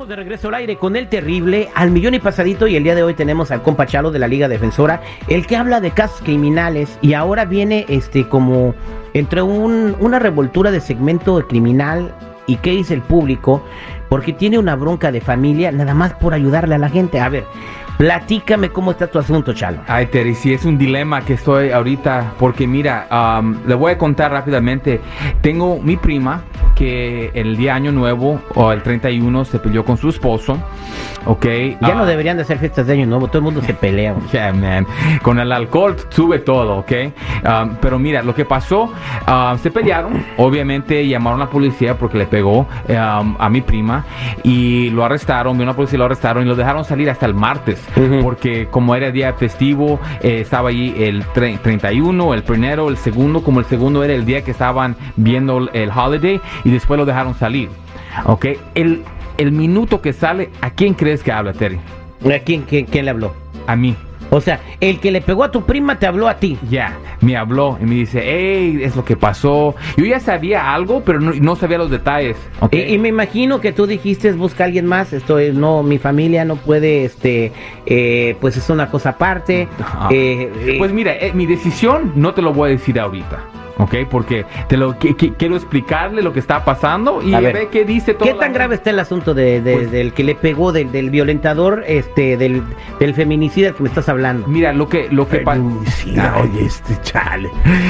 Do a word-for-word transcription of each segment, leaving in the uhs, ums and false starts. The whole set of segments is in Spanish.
Estamos de regreso al aire con el terrible al millón y pasadito, y el día de hoy tenemos al compa Chalo de la Liga Defensora, el que habla de casos criminales, y ahora viene este como entre un, una revoltura de segmento criminal y qué dice el público, porque tiene una bronca de familia nada más por ayudarle a la gente. A ver, platícame cómo está tu asunto, Chalo. Ay, Terry, sí, es un dilema que estoy ahorita, porque mira, um, le voy a contar rápidamente. Tengo mi prima que el día Año Nuevo o el treinta y uno se peleó con su esposo, ¿ok? Ya uh, no deberían de hacer fiestas de Año Nuevo, todo el mundo se pelea. Yeah, man. Con el alcohol sube todo, ¿ok? Um, pero mira, lo que pasó, uh, se pelearon, obviamente llamaron a la policía porque le pegó um, a mi prima y lo arrestaron, vino la policía y lo arrestaron y lo dejaron salir hasta el martes. Uh-huh. Porque como era día festivo, eh, estaba allí el tre- treinta y uno, el primero, el segundo, como el segundo era el día que estaban viendo el holiday, y después lo dejaron salir, ¿ok? El, el minuto que sale, ¿a quién crees que habla, Terry? ¿A quién, quién, quién le habló? A mí. O sea, el que le pegó a tu prima te habló a ti. Ya, yeah, me habló y me dice, hey, es lo que pasó. Yo ya sabía algo, pero no, no sabía los detalles. ¿Okay? Y, y me imagino que tú dijiste, busca a alguien más. Esto es, no, mi familia no puede, este, eh, pues es una cosa aparte. Ah. Eh, eh, pues mira, eh, mi decisión no te lo voy a decir ahorita. ¿Ok? Porque te lo que, que, quiero explicarle lo que está pasando y a ver, ver qué dice todo. ¿Qué tan grave está el asunto de, de, pues, del que le pegó, del, del violentador, este, del, del feminicida que me estás hablando? Mira, lo que lo que pasa. Oye, este chale.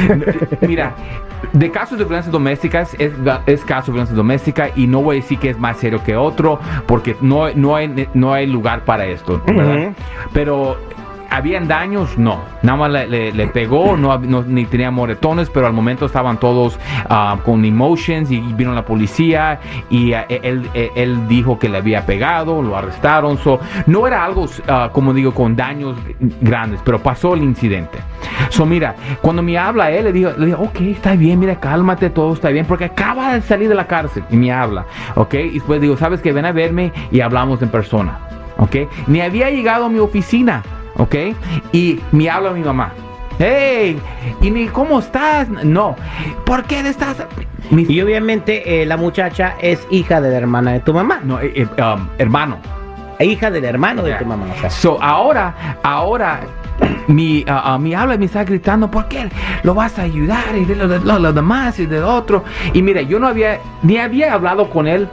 Mira, de casos de violencia domésticas es, es caso de violencia doméstica, y no voy a decir que es más serio que otro porque no, no, hay, no hay lugar para esto, ¿verdad? Uh-huh. Pero ¿habían daños? No. Nada más le, le, le pegó, no, no, ni tenía moretones, pero al momento estaban todos uh, con emotions, y vino la policía y uh, él, él, él dijo que le había pegado, lo arrestaron. So, no era algo, uh, como digo, con daños grandes, pero pasó el incidente. So, mira, cuando me habla él, le digo, le digo, ok, está bien, mira, cálmate, todo está bien, porque acaba de salir de la cárcel, y me habla, ok, y después digo, ¿sabes qué? Ven a verme y hablamos en persona, ok. Ni había llegado a mi oficina, ¿ok? Y me habla mi mamá. Hey, ¿y ni cómo estás? No. ¿Por qué estás? Mi... Y obviamente eh, la muchacha es hija de la hermana de tu mamá. No, eh, eh, um, hermano. Hija del hermano yeah. de tu mamá. O sea. So, ahora, ahora, mi, uh, uh, mi habla y me está gritando, ¿por qué lo vas a ayudar? Y de lo, de lo, lo demás y de otro. Y mira, yo no había, ni había hablado con él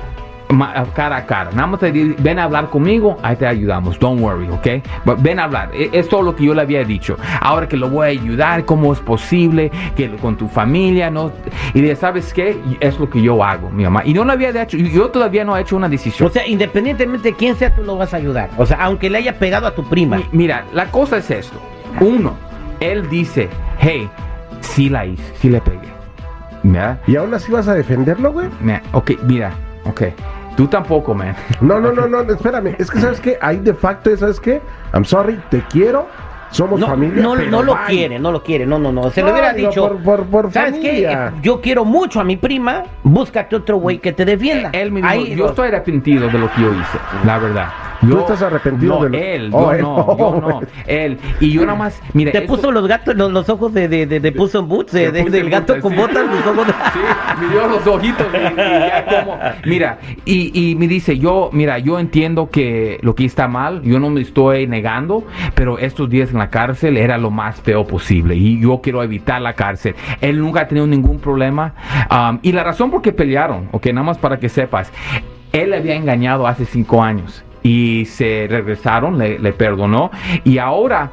cara a cara, nada más te digo, ven a hablar conmigo, ahí te ayudamos, don't worry, ok, But ven a hablar, es, es todo lo que yo le había dicho. Ahora que lo voy a ayudar, ¿cómo es posible que con tu familia no? Y de, ¿sabes qué? Es lo que yo hago, mi mamá, y no lo había hecho, yo todavía no he hecho una decisión. O sea, independientemente de quién sea, tú lo vas a ayudar, o sea, aunque le haya pegado a tu prima. Mi, mira, la cosa es esto, uno, él dice, hey, sí la hice, sí le pegué, ¿verdad? ¿Y aún así vas a defenderlo, güey? Ok, mira, ok. Tú tampoco, man. No, no, no, no, espérame. Es que, ¿sabes qué? Ahí de facto, ¿sabes qué? I'm sorry, te quiero. Somos no, familia. No, pero no lo bye. quiere, no lo quiere, no, no, no. Se no, lo hubiera digo, dicho. Por, por, por ¿sabes familia. qué? Yo quiero mucho a mi prima, búscate otro güey que te defienda. Él me dijo, Ahí, yo no. estoy arrepentido de lo que yo hice, la verdad. Yo, ¿Tú estás arrepentido no, de lo él, oh, yo él, no, oh, yo no, él. Y yo nada más, mire. Te eso... puso los gatos, los, los ojos de, de, de, de Puss in Boots, de, de, del gato botas, con sí. botas, los ojos de... Sí, me dio los ojitos y, y ya como, mira, y, y me dice, yo, mira, yo entiendo que lo que está mal, yo no me estoy negando, pero estos días en la cárcel era lo más feo posible y yo quiero evitar la cárcel. Él nunca ha tenido ningún problema, um, y la razón por qué pelearon, ok, nada más para que sepas, él le había engañado hace cinco años. Y se regresaron, le, le perdonó. Y ahora,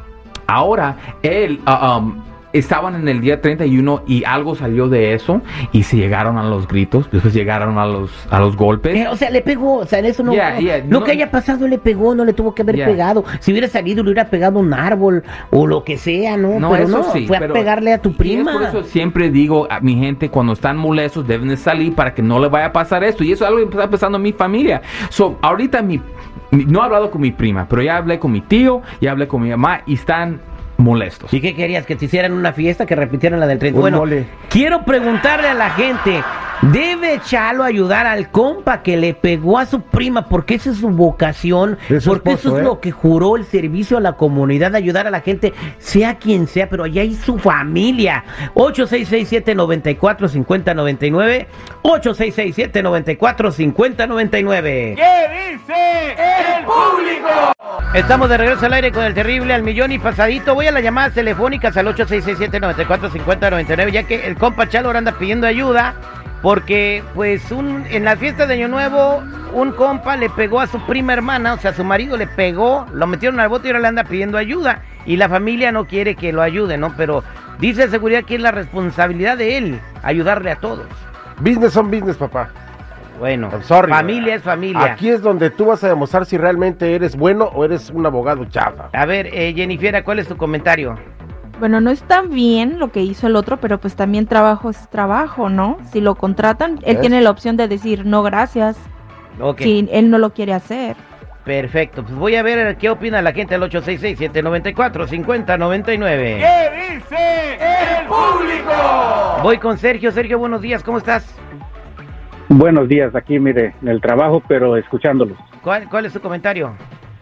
ahora él, uh, um, estaban en el día treinta y uno y algo salió de eso y se llegaron a los gritos, después llegaron a los a los golpes. Eh, o sea, le pegó, o sea, en eso no, yeah, no, yeah, lo no, que haya pasado le pegó, no le tuvo que haber yeah. pegado. Si hubiera salido le hubiera pegado un árbol o lo que sea, ¿no? No, pero eso no, sí, fue pero, a pegarle a tu prima. Y por eso siempre digo a mi gente, cuando están molestos deben de salir para que no le vaya a pasar esto. Y eso es algo que está pasando en mi familia. So, ahorita mi, mi no he hablado con mi prima, pero ya hablé con mi tío, ya hablé con mi mamá y están molestos. ¿Y qué querías? ¿Que te hicieran una fiesta? ¿Que repitieran la del treinta? Un Bueno, mole. quiero preguntarle a la gente, ¿debe Chalo ayudar al compa que le pegó a su prima? Porque esa es su vocación, Es su porque esposo, eso es ¿eh? lo que juró, el servicio a la comunidad, ayudar a la gente, sea quien sea, pero allá hay su familia. ocho seis seis siete nueve cuatro cinco cero nueve nueve, ocho seis seis siete nueve cuatro cinco cero nueve nueve. ¿Qué dice el público? Estamos de regreso al aire con el terrible al millón y pasadito. Voy a las llamadas telefónicas al ocho seis seis siete nueve cuatro cinco cero nueve nueve, ya que el compa Chalo ahora anda pidiendo ayuda porque pues un, en la fiesta de Año Nuevo un compa le pegó a su prima hermana, o sea, su marido le pegó, lo metieron al bote y ahora le anda pidiendo ayuda y la familia no quiere que lo ayude, ¿no? Pero dice seguridad que es la responsabilidad de él ayudarle a todos. Business son business, papá. Bueno, I'm sorry, familia es familia. Aquí es donde tú vas a demostrar si realmente eres bueno o eres un abogado chafa. A ver, eh, Jennifer, ¿cuál es tu comentario? Bueno, no está bien lo que hizo el otro, pero pues también trabajo es trabajo, ¿no? Si lo contratan, él ¿Ves? tiene la opción de decir no gracias, Ok. si él no lo quiere hacer. Perfecto, pues voy a ver qué opina la gente al ocho seis seis siete nueve cuatro cinco cero nueve nueve. ¿Qué dice el público? Voy con Sergio. Sergio, buenos días, ¿cómo estás? Buenos días, aquí mire, en el trabajo, pero escuchándolos. ¿Cuál, cuál es tu comentario?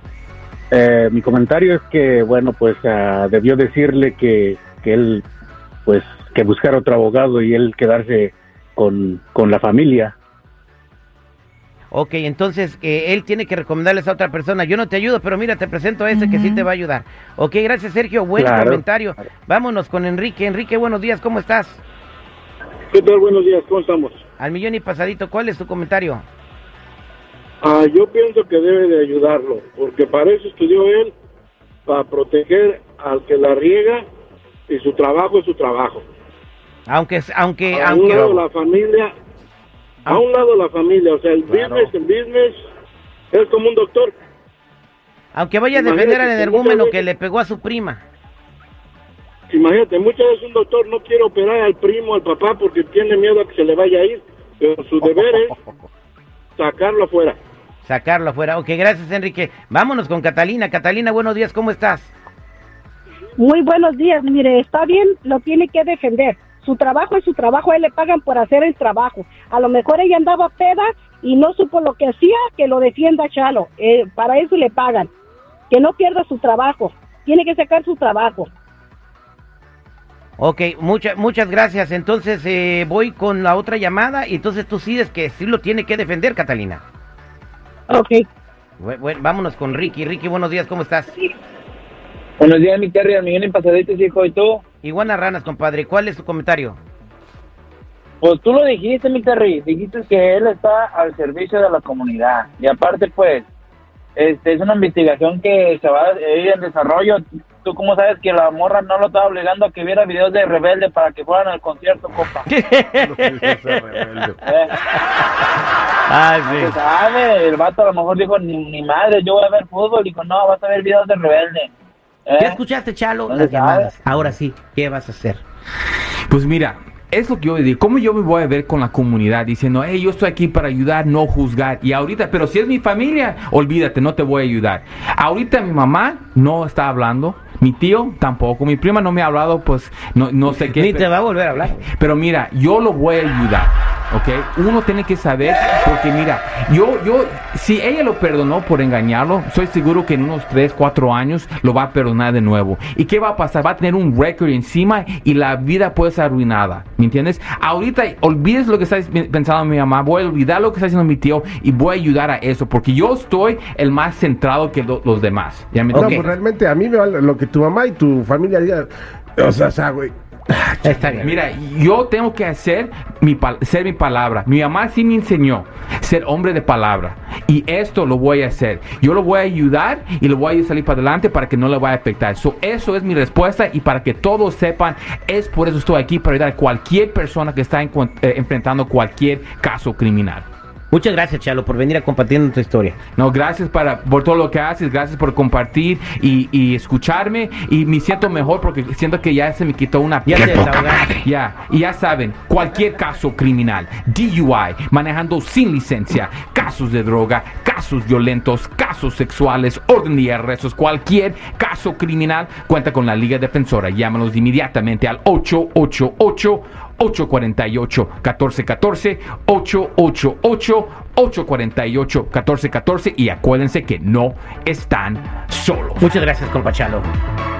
Eh, mi comentario es que, bueno, pues uh, debió decirle que, que él, pues, que buscara otro abogado y él quedarse con, con la familia. Ok, entonces eh, él tiene que recomendarles a otra persona. Yo no te ayudo, pero mira, te presento a ese que sí te va a ayudar. Ok, gracias Sergio, buen Claro. comentario. Vámonos con Enrique. Enrique, buenos días, ¿cómo estás? ¿Qué tal? Buenos días, ¿cómo estamos? Al millón y pasadito, ¿cuál es tu comentario? Ah, yo pienso que debe de ayudarlo, porque para eso estudió él, para proteger al que la riega, y su trabajo es su trabajo. Aunque, aunque, A un aunque... lado la familia, a un lado la familia, o sea, el Claro. business, el business es como un doctor. Aunque vaya a Imagínate defender al que energúmeno muchas que veces- le pegó a su prima. Imagínate, muchas veces un doctor no quiere operar al primo, al papá, porque tiene miedo a que se le vaya a ir, pero su deber es sacarlo afuera. Sacarlo afuera. Ok, gracias Enrique. Vámonos con Catalina. Catalina, buenos días, ¿cómo estás? Muy buenos días, mire, está bien, lo tiene que defender. Su trabajo es su trabajo, a él le pagan por hacer el trabajo. A lo mejor ella andaba peda y no supo lo que hacía, que lo defienda Chalo. Eh, para eso le pagan. Que no pierda su trabajo, tiene que sacar su trabajo. Ok, muchas muchas gracias. Entonces eh, voy con la otra llamada y entonces tú decides que sí lo tiene que defender, Catalina. Ok. Bu- bu- vámonos con Ricky. Ricky, buenos días, ¿cómo estás? Buenos días, mi Terry, al millón y pasaditos, hijo, ¿y tú? Iguana Ranas, compadre, ¿cuál es tu comentario? Pues tú lo dijiste, mi Terry, dijiste que él está al servicio de la comunidad. Y aparte, pues, este es una investigación que se va a ir en desarrollo. ¿Tú cómo sabes que la morra no lo estaba obligando a que viera videos de Rebelde para que fueran al concierto, compa? Rebelde. ¿Eh? Ah, Se sabe, el vato a lo mejor dijo, ni, ni madre, yo voy a ver fútbol. Dijo, no, vas a ver videos de Rebelde. ¿Eh? ¿Ya escuchaste, Chalo? No Las se sabe. llamadas. Ahora sí, ¿qué vas a hacer? Pues mira, es lo que yo digo. ¿Cómo yo me voy a ver con la comunidad diciendo, hey, yo estoy aquí para ayudar, no juzgar? Y ahorita, pero si es mi familia, olvídate, no te voy a ayudar. Ahorita mi mamá no está hablando, mi tío tampoco, mi prima no me ha hablado, pues no, no sé qué. Ni te va a volver a hablar. Pero mira, yo lo voy a ayudar, ¿ok? Uno tiene que saber, porque mira, yo, yo, si ella lo perdonó por engañarlo, soy seguro que en unos tres, cuatro años lo va a perdonar de nuevo. ¿Y qué va a pasar? Va a tener un récord encima y la vida puede ser arruinada, ¿me entiendes? Ahorita, olvides lo que está pensando mi mamá, voy a olvidar lo que está haciendo mi tío y voy a ayudar a eso, porque yo estoy el más centrado que lo- los demás. ¿Ya me No, Ok. pues realmente a mí me vale lo que tu mamá y tu familia digan. O sea, o sea, güey. Está bien. Mira, yo tengo que hacer mi pal- ser mi palabra. Mi mamá sí me enseñó ser hombre de palabra. Y esto lo voy a hacer. Yo lo voy a ayudar y lo voy a salir para adelante para que no le vaya a afectar. So, eso es mi respuesta y para que todos sepan, es por eso estoy aquí, para ayudar a cualquier persona que está encu- eh, enfrentando cualquier caso criminal. Muchas gracias, Chalo, por venir a compartir tu historia. No, gracias para, por todo lo que haces, gracias por compartir y, y escucharme. Y me siento mejor porque siento que ya se me quitó una Ya piedra. te desahogaste. Ya, y ya saben, cualquier caso criminal, D U I, manejando sin licencia, casos de droga, casos violentos, casos sexuales, orden y arrestos, cualquier caso criminal, cuenta con la Liga Defensora. Llámanos inmediatamente al ocho ocho ocho, ocho cuatro ocho, uno cuatro uno cuatro, ocho ocho ocho, ocho cuatro ocho, uno cuatro uno cuatro y acuérdense que no están solos. Muchas gracias, compa Chalo.